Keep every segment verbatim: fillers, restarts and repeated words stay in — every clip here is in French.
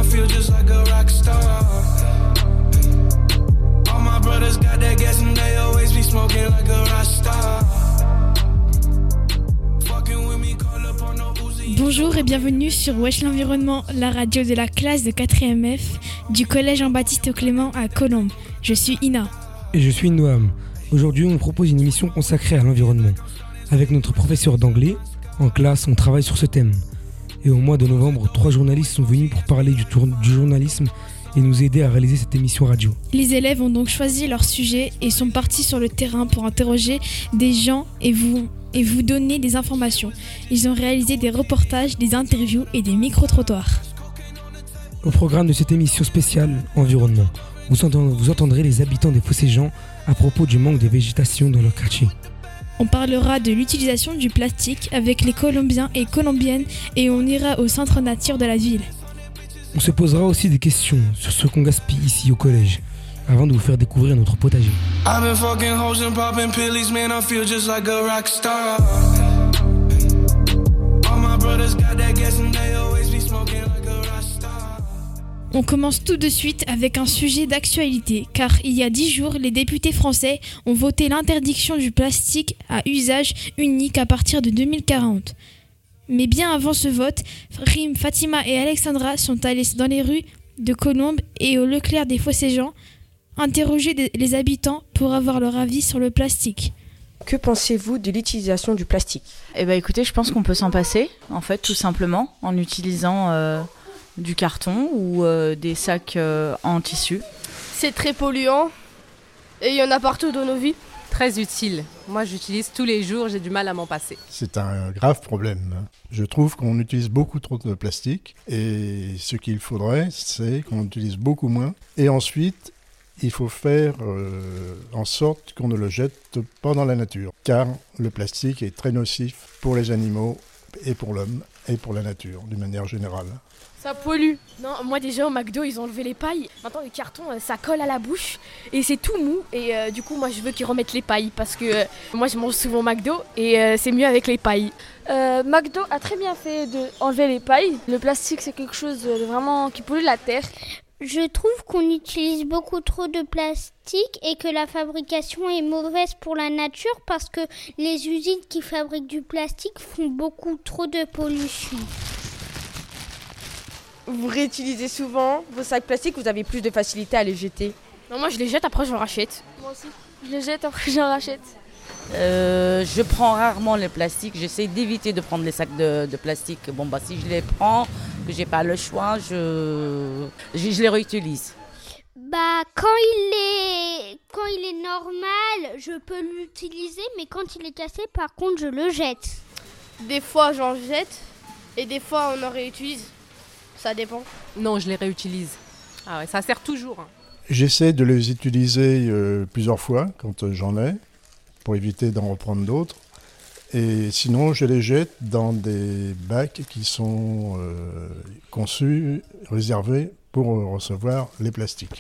feel just like a rock star. All my brothers got that gas and they always be smoking like a rock star. Fucking with me, call up on no Uzi. Bonjour et bienvenue sur Wesh l'Environnement, la radio de la classe de quatrième F du collège Jean-Baptiste Clément à Colombes. Je suis Ina. Et je suis Noam. Aujourd'hui, on vous propose une émission consacrée à l'environnement. Avec notre professeur d'anglais, en classe, on travaille sur ce thème. Et au mois de novembre, trois journalistes sont venus pour parler du, tour- du journalisme et nous aider à réaliser cette émission radio. Les élèves ont donc choisi leur sujet et sont partis sur le terrain pour interroger des gens et vous, et vous donner des informations. Ils ont réalisé des reportages, des interviews et des micro-trottoirs. Au programme de cette émission spéciale Environnement, vous entendrez, vous entendrez les habitants des Fossés-Jean à propos du manque de végétation dans leur quartier. On parlera de l'utilisation du plastique avec les Colombiens et Colombiennes et on ira au centre nature de la ville. On se posera aussi des questions sur ce qu'on gaspille ici au collège, avant de vous faire découvrir notre potager. I've been fucking hoes and popping pillies, man, I feel just like a rock star. All my brothers got that gas and they always be smoking like a rock star. On commence tout de suite avec un sujet d'actualité, car il y a dix jours, les députés français ont voté l'interdiction du plastique à usage unique à partir de deux mille quarante. Mais bien avant ce vote, Rim, Fatima et Alexandra sont allés dans les rues de Colombes et au Leclerc des Fossés-Jean interroger les habitants pour avoir leur avis sur le plastique. Que pensez-vous de l'utilisation du plastique ? Eh ben, écoutez, je pense qu'on peut s'en passer, en fait, tout simplement, en utilisant euh, du carton ou euh, des sacs euh, en tissu. C'est très polluant et il y en a partout dans nos vies. Très utile. Moi, j'utilise tous les jours, j'ai du mal à m'en passer. C'est un grave problème. Je trouve qu'on utilise beaucoup trop de plastique et ce qu'il faudrait, c'est qu'on utilise beaucoup moins. Et ensuite, il faut faire euh, en sorte qu'on ne le jette pas dans la nature, car le plastique est très nocif pour les animaux et pour l'homme et pour la nature, d'une manière générale. Ça pollue. Non, moi déjà au McDo, ils ont enlevé les pailles. Maintenant, les cartons, ça colle à la bouche et c'est tout mou. Et euh, du coup, moi, je veux qu'ils remettent les pailles parce que euh, moi, je mange souvent au McDo et euh, c'est mieux avec les pailles. Euh, McDo a très bien fait d'enlever les pailles. Le plastique, c'est quelque chose de vraiment qui pollue la terre. Je trouve qu'on utilise beaucoup trop de plastique et que la fabrication est mauvaise pour la nature parce que les usines qui fabriquent du plastique font beaucoup trop de pollution. Vous réutilisez souvent vos sacs plastiques, vous avez plus de facilité à les jeter. Non, moi, je les jette, après, je les rachète. Moi aussi. Je les jette, après, j'en rachète. Euh, je prends rarement les plastiques, j'essaie d'éviter de prendre les sacs de, de plastique. Bon bah si je les prends, que j'ai pas le choix, je, je, je les réutilise. Bah quand il est quand il est normal, je peux l'utiliser, mais quand il est cassé, par contre, je le jette. Des fois, j'en jette et des fois, on en réutilise. Ça dépend. Non, je les réutilise. Ah ouais, ça sert toujours. Hein. J'essaie de les utiliser euh, plusieurs fois quand euh, j'en ai, pour éviter d'en reprendre d'autres. Et sinon, je les jette dans des bacs qui sont euh, conçus, réservés pour recevoir les plastiques.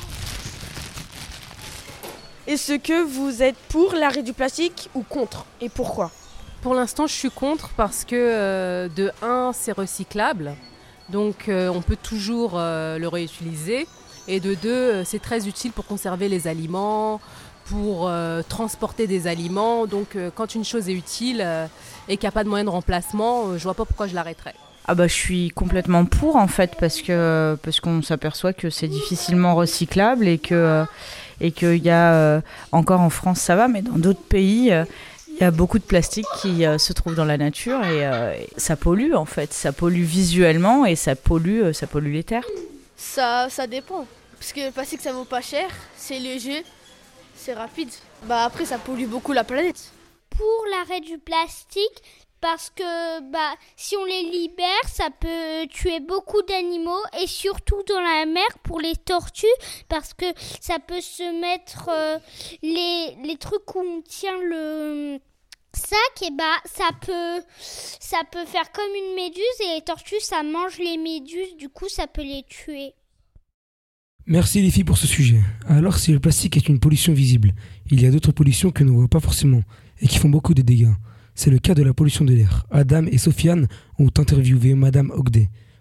Est-ce que vous êtes pour l'arrêt du plastique ou contre ? Et pourquoi ? Pour l'instant, je suis contre parce que euh, de un, c'est recyclable. Donc, euh, on peut toujours euh, le réutiliser. Et de deux, euh, c'est très utile pour conserver les aliments, pour euh, transporter des aliments. Donc euh, quand une chose est utile euh, et qu'il n'y a pas de moyen de remplacement, euh, je vois pas pourquoi je l'arrêterais. Ah bah je suis complètement pour en fait parce que parce qu'on s'aperçoit que c'est difficilement recyclable et que et qu'il y a euh, encore en France ça va, mais dans d'autres pays euh, il y a beaucoup de plastique qui euh, se trouve dans la nature et, euh, et ça pollue en fait, ça pollue visuellement et ça pollue euh, ça pollue les terres. Ça ça dépend parce que le plastique ça vaut pas cher, c'est léger. C'est rapide. Bah après, ça pollue beaucoup la planète. Pour l'arrêt du plastique, parce que bah si on les libère, ça peut tuer beaucoup d'animaux et surtout dans la mer pour les tortues, parce que ça peut se mettre euh, les les trucs où on tient le sac et bah ça peut ça peut faire comme une méduse et les tortues ça mange les méduses, du coup ça peut les tuer. Merci les filles pour ce sujet. Alors si le plastique est une pollution visible, il y a d'autres pollutions que l'on ne voit pas forcément et qui font beaucoup de dégâts. C'est le cas de la pollution de l'air. Adam et Sofiane ont interviewé Madame Ogdet,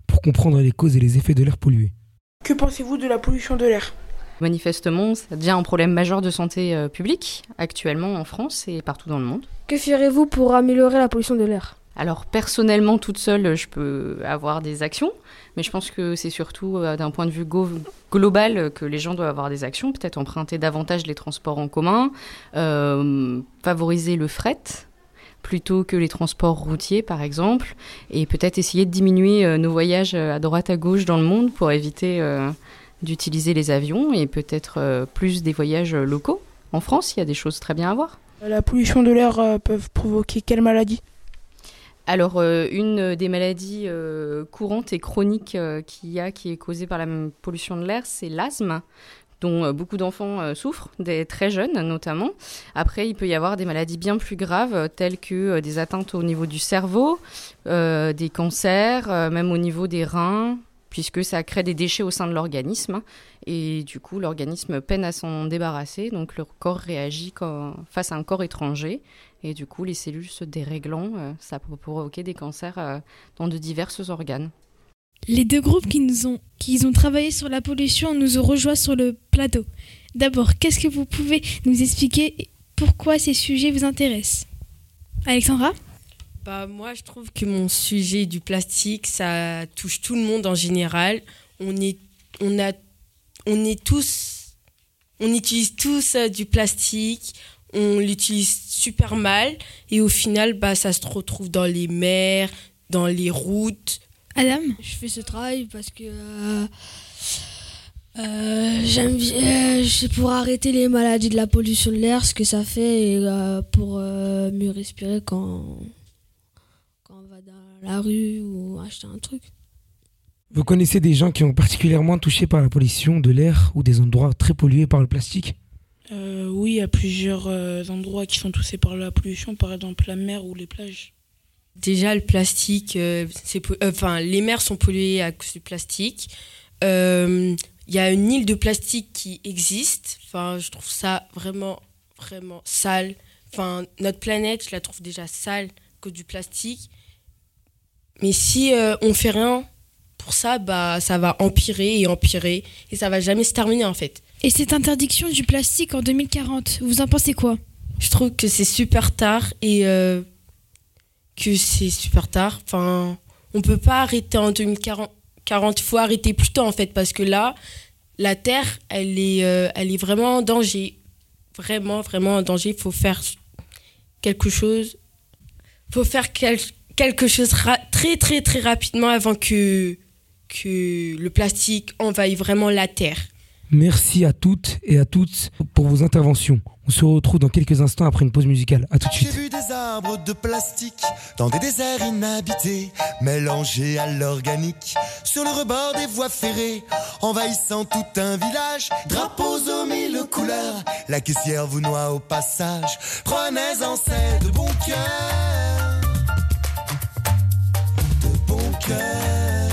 pour comprendre les causes et les effets de l'air pollué. Que pensez-vous de la pollution de l'air ? Manifestement, ça devient un problème majeur de santé euh, publique, actuellement en France et partout dans le monde. Que ferez-vous pour améliorer la pollution de l'air ? Alors personnellement, toute seule, je peux avoir des actions, mais je pense que c'est surtout euh, d'un point de vue go- global que les gens doivent avoir des actions, peut-être emprunter davantage les transports en commun, euh, favoriser le fret plutôt que les transports routiers par exemple, et peut-être essayer de diminuer euh, nos voyages à droite à gauche dans le monde pour éviter... Euh, d'utiliser les avions et peut-être euh, plus des voyages locaux. En France, il y a des choses très bien à voir. La pollution de l'air euh, peut provoquer quelle maladie ? Alors, euh, une des maladies euh, courantes et chroniques euh, qu'il y a, qui est causée par la pollution de l'air, c'est l'asthme, dont euh, beaucoup d'enfants euh, souffrent, des très jeunes notamment. Après, il peut y avoir des maladies bien plus graves, euh, telles que euh, des atteintes au niveau du cerveau, euh, des cancers, euh, même au niveau des reins, puisque ça crée des déchets au sein de l'organisme et du coup l'organisme peine à s'en débarrasser, donc le corps réagit quand, face à un corps étranger et du coup les cellules se déréglant, euh, ça peut provoquer des cancers euh, dans de divers organes. Les deux groupes qui nous ont, qui ont travaillé sur la pollution nous ont rejoints sur le plateau. D'abord, qu'est-ce que vous pouvez nous expliquer pourquoi ces sujets vous intéressent ? Alexandra ? Bah, moi, je trouve que mon sujet du plastique, ça touche tout le monde en général. On est, on a, on est tous, on utilise tous euh, du plastique, on l'utilise super mal et au final, bah, ça se retrouve dans les mers, dans les routes. Adam ? Je fais ce travail parce que euh, euh, j'aime, euh, c'est pour arrêter les maladies de la pollution de l'air, ce que ça fait, et euh, pour euh, mieux respirer quand... la rue ou acheter un truc. Vous connaissez des gens qui ont particulièrement touché par la pollution de l'air ou des endroits très pollués par le plastique ? euh, Oui, il y a plusieurs euh, endroits qui sont touchés par la pollution, par exemple la mer ou les plages. Déjà, le plastique, euh, c'est, euh, enfin, les mers sont polluées à cause du plastique. Il euh, y a une île de plastique qui existe. Enfin, je trouve ça vraiment, vraiment sale. Enfin, notre planète, je la trouve déjà sale à cause du plastique. Mais si euh, on fait rien pour ça, bah, ça va empirer et empirer et ça va jamais se terminer en fait. Et cette interdiction du plastique en deux mille quarante, vous en pensez quoi ? Je trouve que c'est super tard et euh, que c'est super tard. Enfin, on peut pas arrêter en deux mille quarante. Il faut arrêter plus tôt en fait parce que là, la Terre, elle est, euh, elle est vraiment en danger. Vraiment, vraiment en danger. Il faut faire quelque chose. Il faut faire quelque quelque chose ra- très très très rapidement avant que, que le plastique envahisse vraiment la Terre. Merci à toutes et à tous pour vos interventions. On se retrouve dans quelques instants après une pause musicale. À tout de suite. J'ai vu des arbres de plastique dans des déserts inhabités, mélangés à l'organique, sur le rebord des voies ferrées, envahissant tout un village. Drapeaux aux mille couleurs, la caissière vous noie au passage. Prenez-en c'est de bon cœur, de bon cœur.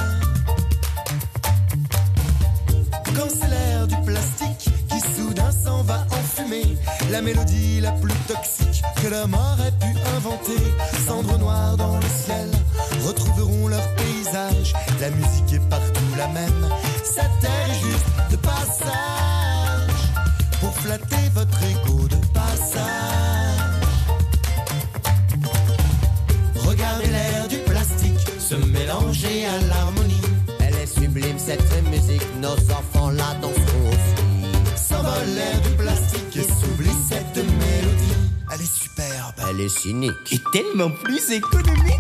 Quand c'est l'air du plastique qui soudain s'en va en fumée, la mélodie la plus toxique que l'homme aurait pu inventer. Cendres noires dans le ciel retrouveront leur paysage. La musique est partout la même, cette terre est juste de passage, pour flatter votre ego de passage. Regardez l'air du plastique se mélanger à l'harmonie. Elle est sublime cette musique, nos enfants la danseront aussi. S'envole l'air du plastique et s'oublie cette mélodie. Elle est superbe, elle est cynique et tellement plus économique.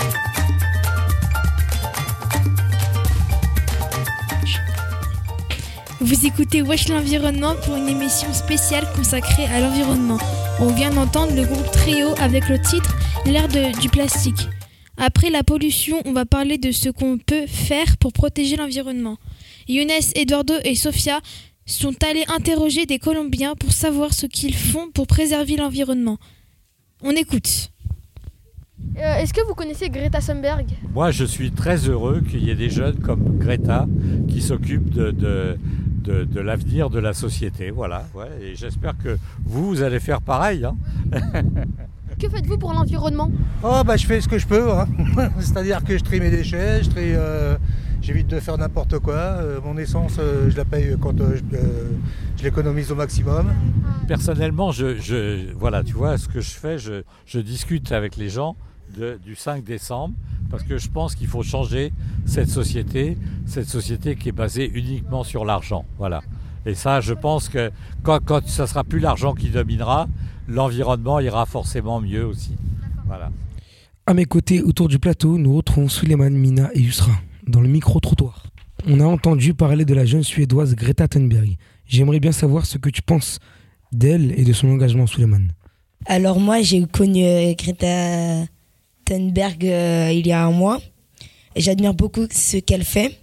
Vous écoutez Wesh l'environnement pour une émission spéciale consacrée à l'environnement. On vient d'entendre le groupe Trio avec le titre L'air de, du plastique. Après la pollution, on va parler de ce qu'on peut faire pour protéger l'environnement. Younes, Eduardo et Sofia sont allés interroger des Colombiens pour savoir ce qu'ils font pour préserver l'environnement. On écoute. Euh, est-ce que vous connaissez Greta Thunberg ? Moi, je suis très heureux qu'il y ait des jeunes comme Greta qui s'occupent de, de, de, de l'avenir de la société. Voilà, ouais, et j'espère que vous, vous allez faire pareil. Hein. Que faites-vous pour l'environnement ? Oh bah je fais ce que je peux, hein. C'est-à-dire que je trie mes déchets, je trie, euh, j'évite de faire n'importe quoi. Euh, mon essence, euh, je la paye quand euh, je, euh, je l'économise au maximum. Personnellement, je, je, voilà, tu vois, ce que je fais, je, je discute avec les gens de, du cinq décembre, parce que je pense qu'il faut changer cette société, cette société qui est basée uniquement sur l'argent. Voilà. Et ça, je pense que quand, quand ça ne sera plus l'argent qui dominera, l'environnement ira forcément mieux aussi. Voilà. À mes côtés, autour du plateau, nous retrouvons Souleymane, Mina et Yusra, dans le micro-trottoir. On a entendu parler de la jeune Suédoise Greta Thunberg. J'aimerais bien savoir ce que tu penses d'elle et de son engagement, Souleymane. Alors moi, j'ai connu euh, Greta Thunberg euh, il y a un mois. J'admire beaucoup ce qu'elle fait.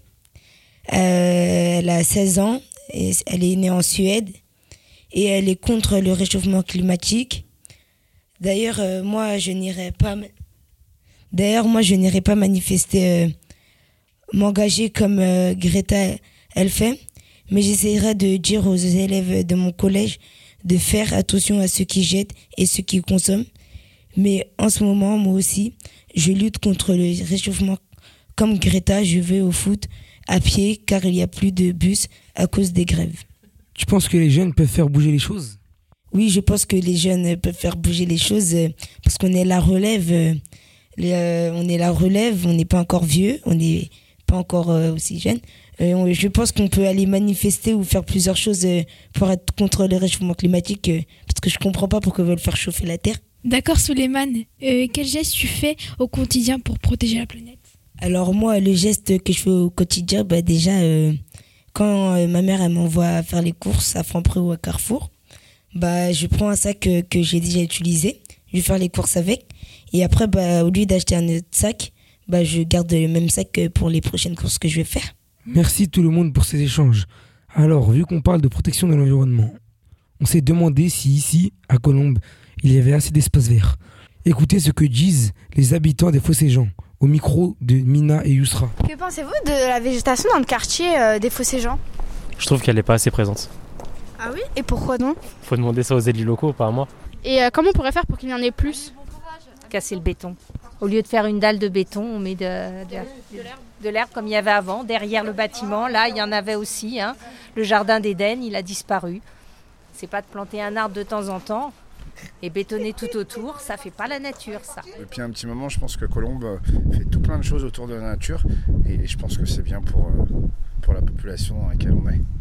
Euh, elle a seize ans, et elle est née en Suède et elle est contre le réchauffement climatique. D'ailleurs, euh, moi, je n'irai pas... D'ailleurs, moi, je n'irai pas manifester, euh, m'engager comme euh, Greta, elle fait, mais j'essaierai de dire aux élèves de mon collège de faire attention à ceux qui jettent et ceux qui consomment. Mais en ce moment, moi aussi, je lutte contre le réchauffement. Comme Greta, je vais au foot à pied car il n'y a plus de bus à cause des grèves. Tu penses que les jeunes peuvent faire bouger les choses ? Oui, je pense que les jeunes peuvent faire bouger les choses euh, parce qu'on est la relève. Euh, les, euh, on est la relève, on n'est pas encore vieux, on n'est pas encore euh, aussi jeune. Euh, on, je pense qu'on peut aller manifester ou faire plusieurs choses euh, pour être contre le réchauffement climatique euh, parce que je ne comprends pas pourquoi ils veulent faire chauffer la Terre. D'accord, Souleymane. Euh, quel geste tu fais au quotidien pour protéger la planète ? Alors moi, le geste que je fais au quotidien, bah déjà, euh, quand euh, ma mère elle m'envoie faire les courses à Franprix ou à Carrefour, bah, je prends un sac que, que j'ai déjà utilisé, je vais faire les courses avec, et après, bah, au lieu d'acheter un autre sac, bah, je garde le même sac pour les prochaines courses que je vais faire. Merci tout le monde pour ces échanges. Alors, vu qu'on parle de protection de l'environnement, on s'est demandé si ici, à Colombes, il y avait assez d'espace vert. Écoutez ce que disent les habitants des Fossés-Jean, au micro de Mina et Yusra. Que pensez-vous de la végétation dans le quartier euh, des Fossés-Jean ? Je trouve qu'elle n'est pas assez présente. Ah oui ? Et pourquoi non ? Faut demander ça aux élus locaux, pas à moi. Et euh, comment on pourrait faire pour qu'il y en ait plus ? Casser le béton. Au lieu de faire une dalle de béton, on met de, de, de, de l'herbe comme il y avait avant. Derrière le bâtiment, là, il y en avait aussi. Hein. Le jardin d'Éden, il a disparu. C'est pas de planter un arbre de temps en temps et bétonner tout autour, ça fait pas la nature, ça. Depuis un petit moment, je pense que Colombes fait tout plein de choses autour de la nature et je pense que c'est bien pour, pour la population dans laquelle on est.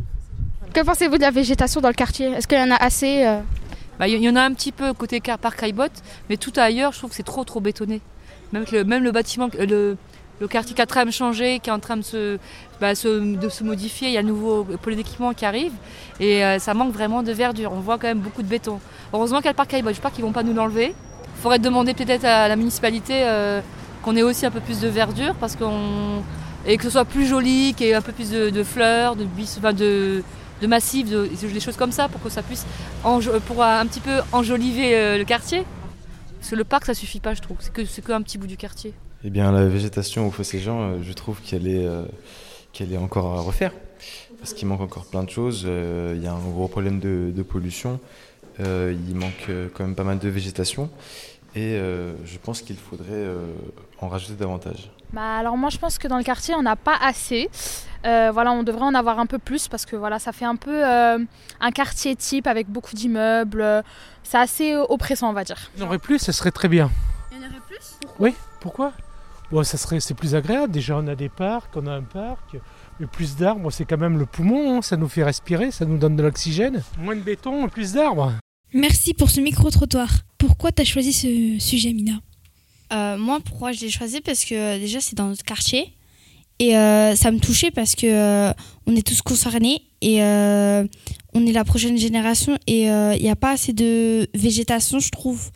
Que pensez-vous de la végétation dans le quartier ? Est-ce qu'il y en a assez euh... bah, y en a un petit peu côté parc Caillebotte, mais tout ailleurs, je trouve que c'est trop trop bétonné. Même le, même le bâtiment, le, le quartier qui est en train de changer, qui est en train de se, bah, se, de se modifier, il y a un nouveau pôle d'équipement qui arrive et euh, ça manque vraiment de verdure. On voit quand même beaucoup de béton. Heureusement qu'il y a le parc Caillebotte, j'espère qu'ils ne vont pas nous l'enlever. Il faudrait demander peut-être à la municipalité euh, qu'on ait aussi un peu plus de verdure parce qu'on, et que ce soit plus joli, qu'il y ait un peu plus de, de fleurs, de buissons, enfin de de massifs, de, des choses comme ça pour que ça puisse enjo- pour un petit peu enjoliver euh, le quartier. Parce que le parc ça suffit pas, je trouve, c'est que c'est qu'un petit bout du quartier. Eh bien la végétation au Fossés-Jean, euh, je trouve qu'elle est, euh, qu'elle est encore à refaire parce qu'il manque encore plein de choses. Il euh, y a un gros problème de, de pollution, euh, il manque euh, quand même pas mal de végétation et euh, je pense qu'il faudrait euh, en rajouter davantage. Bah alors moi je pense que dans le quartier on n'a pas assez. Euh, voilà, on devrait en avoir un peu plus parce que voilà, ça fait un peu euh, un quartier type avec beaucoup d'immeubles. C'est assez oppressant, on va dire. Il y en aurait plus, ça serait très bien. Il y en aurait plus ? Oui, pourquoi ? Bon, ça serait, c'est plus agréable. Déjà, on a des parcs, on a un parc. Mais plus d'arbres, c'est quand même le poumon. Hein, ça nous fait respirer, ça nous donne de l'oxygène. Moins de béton, plus d'arbres. Merci pour ce micro-trottoir. Pourquoi tu as choisi ce sujet, Mina ? euh, Moi, pourquoi je l'ai choisi ? Parce que déjà, c'est dans notre quartier. Et euh, ça me touchait parce que euh, on est tous concernés et euh, on est la prochaine génération et il euh, n'y a pas assez de végétation, je trouve.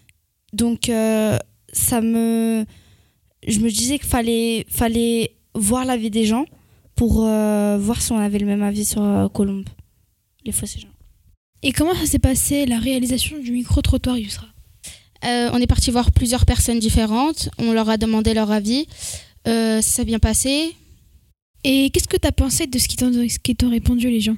Donc euh, ça me, je me disais qu'il fallait, fallait voir l'avis des gens pour euh, voir si on avait le même avis sur euh, Colombes, les Fossés-Jean. Et comment ça s'est passé la réalisation du micro-trottoir, Yusra ? euh, On est parti voir plusieurs personnes différentes, on leur a demandé leur avis. Euh, ça s'est bien passé. Et qu'est-ce que tu as pensé de ce qu'ils t'ont, ce qu'ils t'ont répondu, les gens ?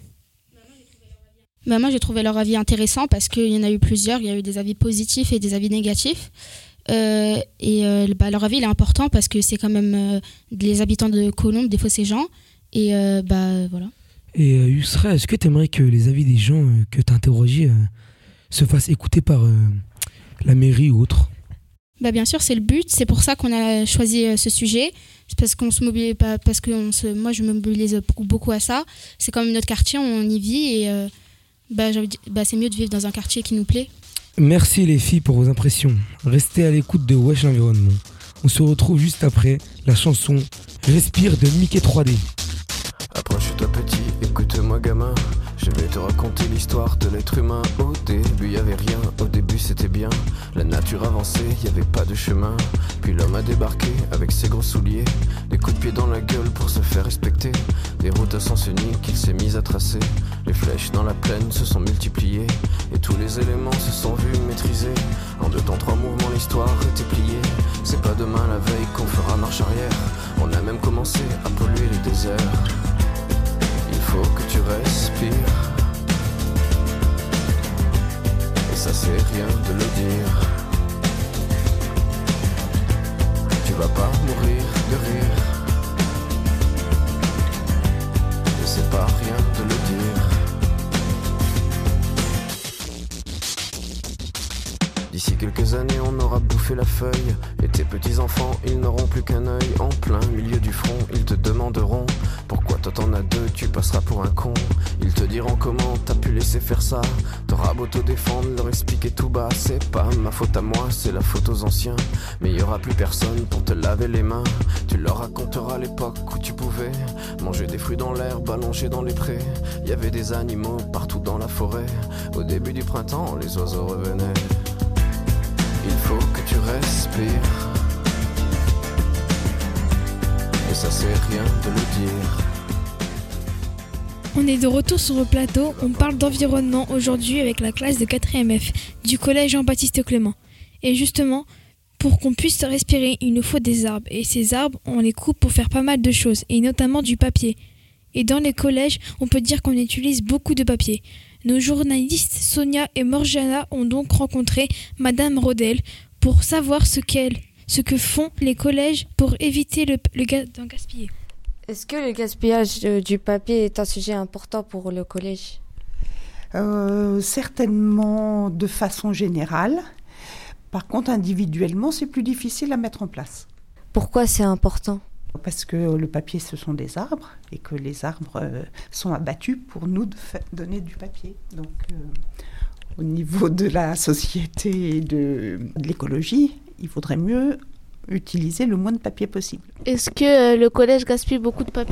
Bah moi, j'ai trouvé leur avis intéressant parce qu'il y en a eu plusieurs. Il y a eu des avis positifs et des avis négatifs. Euh, et euh, bah, leur avis il est important parce que c'est quand même euh, les habitants de Colombes, des Fossés-Jean. Et euh, bah voilà. Et euh, Yousra, est-ce que tu aimerais que les avis des gens euh, que tu as interrogés euh, se fassent écouter par euh, la mairie ou autre? Bah bien sûr, c'est le but. C'est pour ça qu'on a choisi euh, ce sujet. C'est parce qu'on se mobilise pas, parce que on se, moi je me mobilise beaucoup, beaucoup à ça. C'est quand même notre quartier, on y vit et euh, bah, bah, c'est mieux de vivre dans un quartier qui nous plaît. Merci les filles pour vos impressions. Restez à l'écoute de Wesh l'environnement. On se retrouve juste après la chanson Respire de Mickey trois D. Approche-toi petit, écoute-moi gamin. Je vais te raconter l'histoire de l'être humain. Au début y avait rien, au début c'était bien. La nature avançait, y avait pas de chemin. Puis l'homme a débarqué avec ses gros souliers. Des coups de pied dans la gueule pour se faire respecter. Des routes à sens unique qu'il s'est mis à tracer. Les flèches dans la plaine se sont multipliées. Et tous les éléments se sont vus maîtrisés. En deux temps, trois mouvements, l'histoire était pliée. C'est pas demain la veille qu'on fera marche arrière. On a même commencé à polluer les déserts. Il faut que tu respires. Et ça c'est rien de le dire. Tu vas pas mourir de rire. Et c'est pas rien de le dire. D'ici quelques années on aura bouffé la feuille. Et tes petits enfants ils n'auront plus qu'un œil. En plein milieu du front ils te demanderont pourquoi toi t'en as deux, tu passeras pour un con. Ils te diront comment t'as pu laisser faire ça. T'auras beau te défendre, leur expliquer tout bas. C'est pas ma faute à moi, c'est la faute aux anciens. Mais y aura plus personne pour te laver les mains. Tu leur raconteras l'époque où tu pouvais manger des fruits dans l'herbe, allongés dans les prés. Y avait des animaux partout dans la forêt. Au début du printemps, les oiseaux revenaient. Il faut que tu respires. Et ça c'est rien de le dire. On est de retour sur le plateau, on parle d'environnement aujourd'hui avec la classe de quatrième F du collège Jean-Baptiste Clément. Et justement, pour qu'on puisse respirer, il nous faut des arbres. Et ces arbres, on les coupe pour faire pas mal de choses, et notamment du papier. Et dans les collèges, on peut dire qu'on utilise beaucoup de papier. Nos journalistes Sonia et Morjana ont donc rencontré Madame Rodel pour savoir ce qu'elle, ce que font les collèges pour éviter le, le ga- d'en gaspiller. Est-ce que le gaspillage euh, du papier est un sujet important pour le collège ? euh, Certainement de façon générale. Par contre, individuellement, c'est plus difficile à mettre en place. Pourquoi c'est important ? Parce que le papier, ce sont des arbres et que les arbres euh, sont abattus pour nous de fa- donner du papier. Donc, euh, au niveau de la société et de, de l'écologie, il vaudrait mieux utiliser le moins de papier possible. Est-ce que euh, le collège gaspille beaucoup de papier ?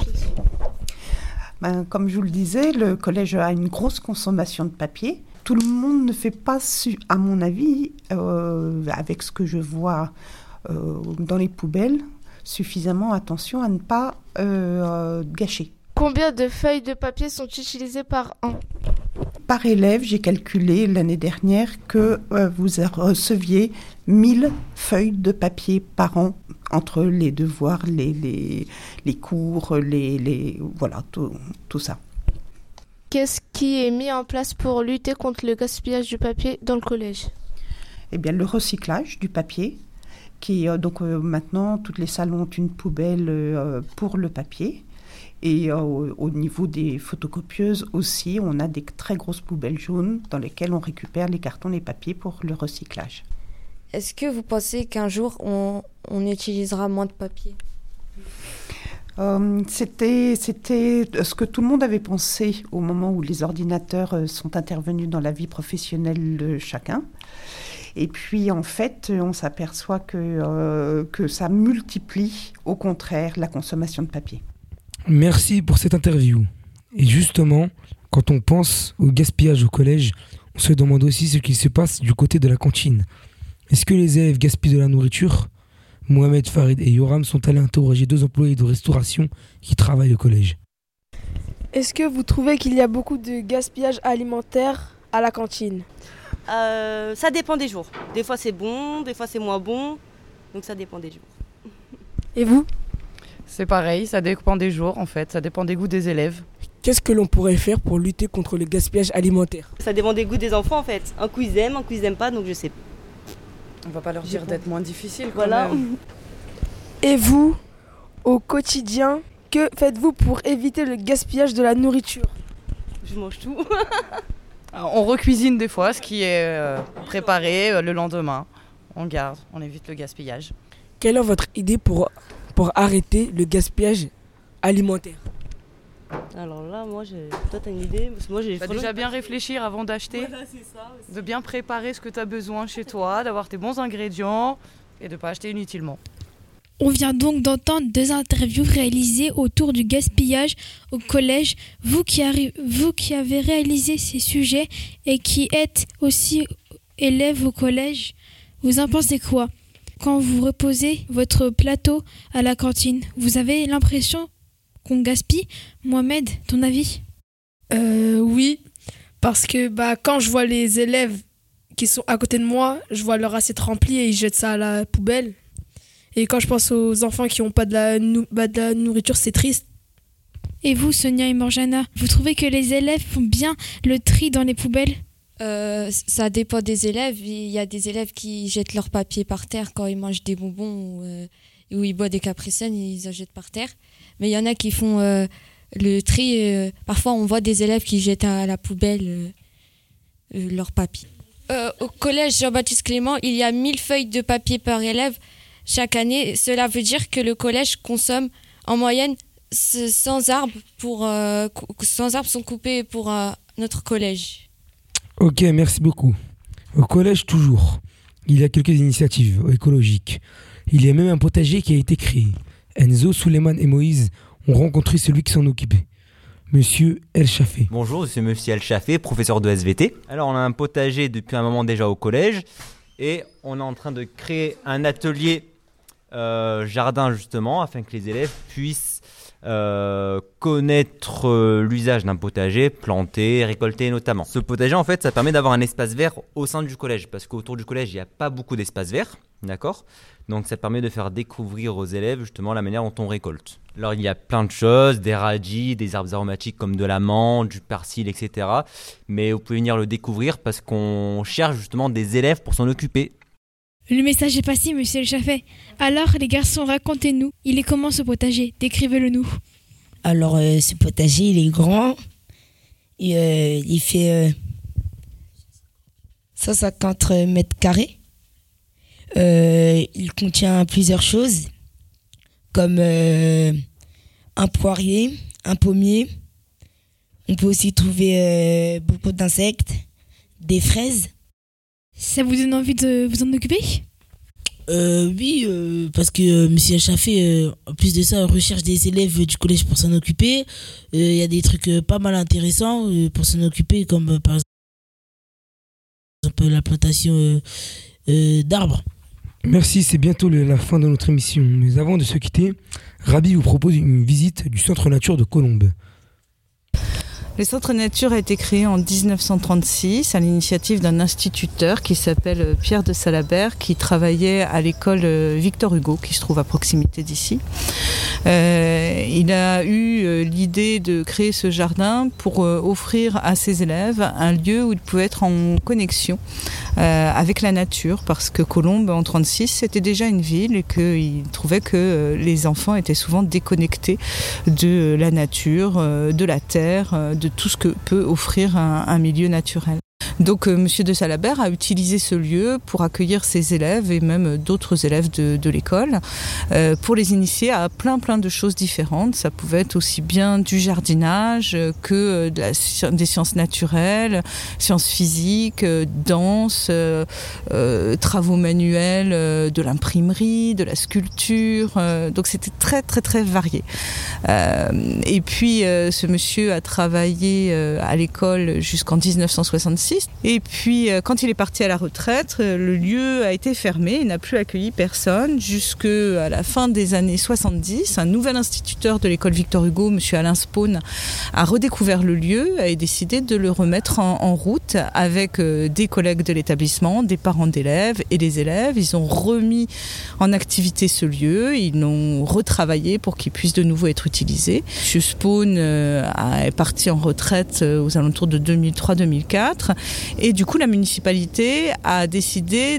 Ben, comme je vous le disais, le collège a une grosse consommation de papier. Tout le monde ne fait pas, su- à mon avis, euh, avec ce que je vois euh, dans les poubelles, suffisamment attention à ne pas euh, gâcher. Combien de feuilles de papier sont utilisées par an ? Par élève, j'ai calculé l'année dernière que euh, vous receviez mille feuilles de papier par an entre les devoirs, les, les, les cours, les, les, voilà, tout, tout ça. Qu'est-ce qui est mis en place pour lutter contre le gaspillage du papier dans le collège ? Eh bien, le recyclage du papier. Qui, euh, donc euh, maintenant, toutes les salles ont une poubelle euh, pour le papier. Et euh, au, au niveau des photocopieuses aussi, on a des très grosses poubelles jaunes dans lesquelles on récupère les cartons, les papiers pour le recyclage. Est-ce que vous pensez qu'un jour, on, on utilisera moins de papier ? euh, c'était, c'était ce que tout le monde avait pensé au moment où les ordinateurs euh, sont intervenus dans la vie professionnelle de chacun. Et puis, en fait, on s'aperçoit que, euh, que ça multiplie, au contraire, la consommation de papier. Merci pour cette interview. Et justement, quand on pense au gaspillage au collège, on se demande aussi ce qu'il se passe du côté de la cantine. Est-ce que les élèves gaspillent de la nourriture ? Mohamed, Farid et Yoram sont allés interroger deux employés de restauration qui travaillent au collège. Est-ce que vous trouvez qu'il y a beaucoup de gaspillage alimentaire à la cantine ? Euh, ça dépend des jours. Des fois c'est bon, des fois c'est moins bon. Donc ça dépend des jours. Et vous ? C'est pareil, ça dépend des jours en fait, ça dépend des goûts des élèves. Qu'est-ce que l'on pourrait faire pour lutter contre le gaspillage alimentaire ? Ça dépend des goûts des enfants en fait. Un coup ils aiment, un coup ils aiment pas, donc je sais. On va pas leur dire d'être moins difficile. Quand Voilà. même. Et vous, au quotidien, que faites-vous pour éviter le gaspillage de la nourriture? Je mange tout. Alors, on recuisine des fois ce qui est euh, préparé euh, le lendemain. On garde, on évite le gaspillage. Quelle est votre idée pour, pour arrêter le gaspillage alimentaire? Alors là, moi, j'ai... toi, t'as une idée? Parce que moi, j'ai Bah, déjà bien réfléchir avant d'acheter, Voilà, c'est ça aussi. de bien préparer ce que tu as besoin chez toi, d'avoir tes bons ingrédients et de ne pas acheter inutilement. On vient donc d'entendre deux interviews réalisées autour du gaspillage au collège. Vous qui, arri- vous qui avez réalisé ces sujets et qui êtes aussi élève au collège, vous en pensez quoi? Quand vous reposez votre plateau à la cantine, vous avez l'impression qu'on gaspille? Mohamed, ton avis? Euh, oui, parce que bah, quand je vois les élèves qui sont à côté de moi, je vois leur assiette remplie et ils jettent ça à la poubelle. Et quand je pense aux enfants qui n'ont pas de la, nou- bah, de la nourriture, c'est triste. Et vous, Sonia et Morjana, vous trouvez que les élèves font bien le tri dans les poubelles? Euh, ça dépend des élèves. Il y a des élèves qui jettent leur papier par terre quand ils mangent des bonbons ou, euh, ou ils boivent des Capri-Sun, ils en jettent par terre. Mais il y en a qui font euh, le tri. Euh, parfois, on voit des élèves qui jettent à la poubelle euh, euh, leur papier. Euh, au collège Jean-Baptiste Clément, il y a mille feuilles de papier par élève chaque année. Cela veut dire que le collège consomme en moyenne cent arbres, pour, euh, cent arbres sont coupés pour euh, notre collège. Ok, merci beaucoup. Au collège, toujours, il y a quelques initiatives écologiques. Il y a même un potager qui a été créé. Enzo, Suleiman et Moïse ont rencontré celui qui s'en occupait, Monsieur El Chafé. Bonjour, c'est Monsieur El Chafé, professeur de S V T. Alors, on a un potager depuis un moment déjà au collège et on est en train de créer un atelier euh, jardin justement afin que les élèves puissent Euh, connaître euh, l'usage d'un potager, planter, récolter notamment. Ce potager en fait ça permet d'avoir un espace vert au sein du collège parce qu'autour du collège il n'y a pas beaucoup d'espace vert, d'accord? Donc ça permet de faire découvrir aux élèves justement la manière dont on récolte. Alors il y a plein de choses, des radis, des herbes aromatiques comme de la menthe, du persil, et cetera. Mais vous pouvez venir le découvrir parce qu'on cherche justement des élèves pour s'en occuper. Le message est passé, Monsieur El Chafé. Alors, les garçons, racontez-nous. Il est comment ce potager? Décrivez-le nous. Alors, euh, ce potager, il est grand. Et, euh, il fait euh, cent cinquante mètres carrés. Euh, il contient plusieurs choses, comme euh, un poirier, un pommier. On peut aussi trouver euh, beaucoup d'insectes, des fraises. Ça vous donne envie de vous en occuper? Euh, oui, euh, parce que euh, Monsieur Chafé, euh, en plus de ça, recherche des élèves du collège pour s'en occuper. Il euh, y a des trucs euh, pas mal intéressants euh, pour s'en occuper, comme euh, par exemple la plantation euh, euh, d'arbres. Merci, c'est bientôt le- la fin de notre émission. Mais avant de se quitter, Rabi vous propose une visite du Centre Nature de Colombes. Le Centre Nature a été créé en dix-neuf cent trente-six à l'initiative d'un instituteur qui s'appelle Pierre de Salabert, qui travaillait à l'école Victor Hugo, qui se trouve à proximité d'ici. Euh, il a eu euh, l'idée de créer ce jardin pour euh, offrir à ses élèves un lieu où ils pouvaient être en connexion euh, avec la nature, parce que Colombes en trente-six c'était déjà une ville et qu'il trouvait que euh, les enfants étaient souvent déconnectés de la nature, euh, de la terre, euh, de tout ce que peut offrir un, un milieu naturel. Donc euh, Monsieur de Salabert a utilisé ce lieu pour accueillir ses élèves et même d'autres élèves de, de l'école euh, pour les initier à plein plein de choses différentes. Ça pouvait être aussi bien du jardinage que de la, des sciences naturelles, sciences physiques, euh, danse, euh, euh, travaux manuels, euh, de l'imprimerie, de la sculpture. Euh, donc c'était très très très varié. Euh, et puis euh, ce monsieur a travaillé euh, à l'école jusqu'en dix-neuf cent soixante-six. Et puis, euh, quand il est parti à la retraite, euh, le lieu a été fermé, il n'a plus accueilli personne jusqu'à la fin des années soixante-dix. Un nouvel instituteur de l'école Victor Hugo, M. Alain Spawn, a redécouvert le lieu et décidé de le remettre en, en route avec euh, des collègues de l'établissement, des parents d'élèves et des élèves. Ils ont remis en activité ce lieu, ils l'ont retravaillé pour qu'il puisse de nouveau être utilisé. M. Spawn euh, est parti en retraite euh, aux alentours de deux mille trois deux mille quatre. Et du coup, la municipalité a décidé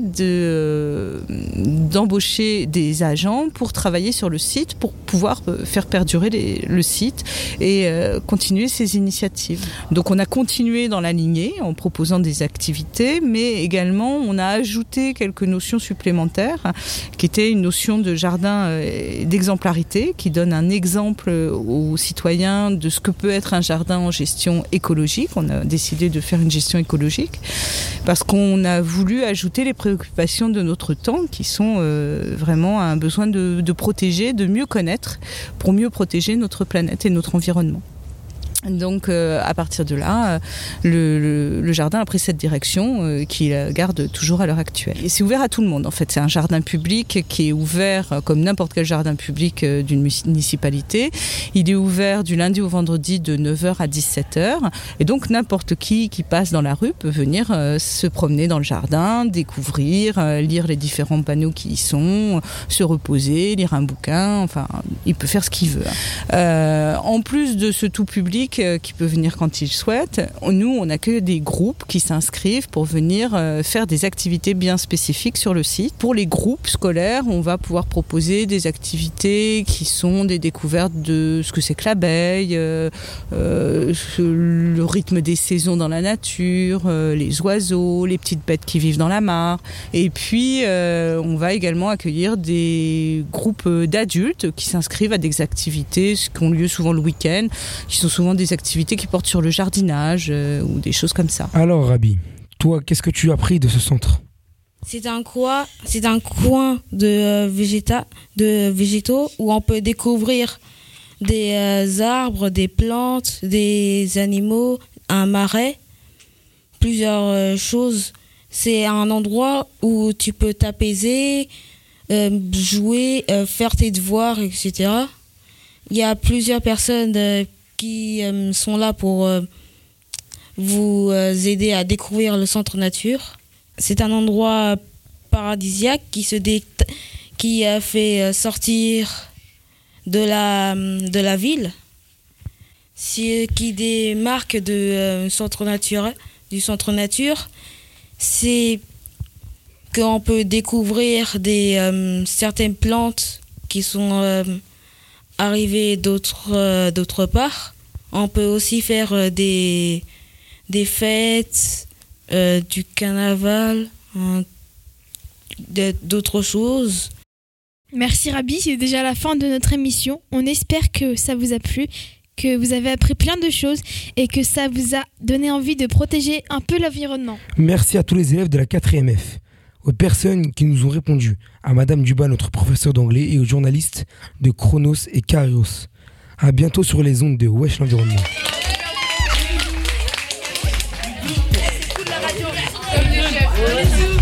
de, d'embaucher des agents pour travailler sur le site, pour pouvoir faire perdurer les, le site et euh, continuer ces initiatives. Donc on a continué dans la lignée en proposant des activités, mais également on a ajouté quelques notions supplémentaires, qui étaient une notion de jardin euh, d'exemplarité, qui donne un exemple aux citoyens de ce que peut être un jardin en gestion écologique. On a décidé de faire une gestion écologique parce qu'on a voulu ajouter les préoccupations de notre temps, qui sont euh, vraiment un besoin de, de protéger, de mieux connaître, pour mieux protéger notre planète et notre environnement. Donc euh, à partir de là, euh, le, le, le jardin a pris cette direction euh, qu'il garde toujours à l'heure actuelle. Et c'est ouvert à tout le monde en fait. C'est un jardin public qui est ouvert euh, comme n'importe quel jardin public euh, d'une municipalité. Il est ouvert du lundi au vendredi de neuf heures à dix-sept heures. Et donc n'importe qui qui passe dans la rue peut venir euh, se promener dans le jardin, découvrir, euh, lire les différents panneaux qui y sont, se reposer, lire un bouquin. Enfin, il peut faire ce qu'il veut. Euh, en plus de ce tout public qui peut venir quand il souhaite, nous on accueille des groupes qui s'inscrivent pour venir faire des activités bien spécifiques sur le site. Pour les groupes scolaires, on va pouvoir proposer des activités qui sont des découvertes de ce que c'est que l'abeille, euh, euh, le rythme des saisons dans la nature, euh, les oiseaux, les petites bêtes qui vivent dans la mare. Et puis euh, on va également accueillir des groupes d'adultes qui s'inscrivent à des activités qui ont lieu souvent le week-end, qui sont souvent des activités qui portent sur le jardinage euh, ou des choses comme ça. Alors Rabi, toi, qu'est-ce que tu as appris de ce centre ? C'est un coin, c'est un coin de, euh, végéta, de végétaux où on peut découvrir des euh, arbres, des plantes, des animaux, un marais, plusieurs euh, choses. C'est un endroit où tu peux t'apaiser, euh, jouer, euh, faire tes devoirs, et cetera. Il y a plusieurs personnes euh, qui euh, sont là pour euh, vous euh, aider à découvrir le centre nature. C'est un endroit paradisiaque qui se dé... qui a fait sortir de la, de la ville, ce qui démarque de, euh, centre nature, du centre nature, c'est qu'on peut découvrir des, euh, certaines plantes qui sont euh, arrivées d'autre, euh, d'autre part. On peut aussi faire euh, des, des fêtes, euh, du carnaval, hein, d'autres choses. Merci Rabi, c'est déjà la fin de notre émission. On espère que ça vous a plu, que vous avez appris plein de choses et que ça vous a donné envie de protéger un peu l'environnement. Merci à tous les élèves de la quatrième F, aux personnes qui nous ont répondu, à Madame Dubas, notre professeur d'anglais, et aux journalistes de Chronos et Karios. À bientôt sur les ondes de Wesh l'environnement. Comme le chef.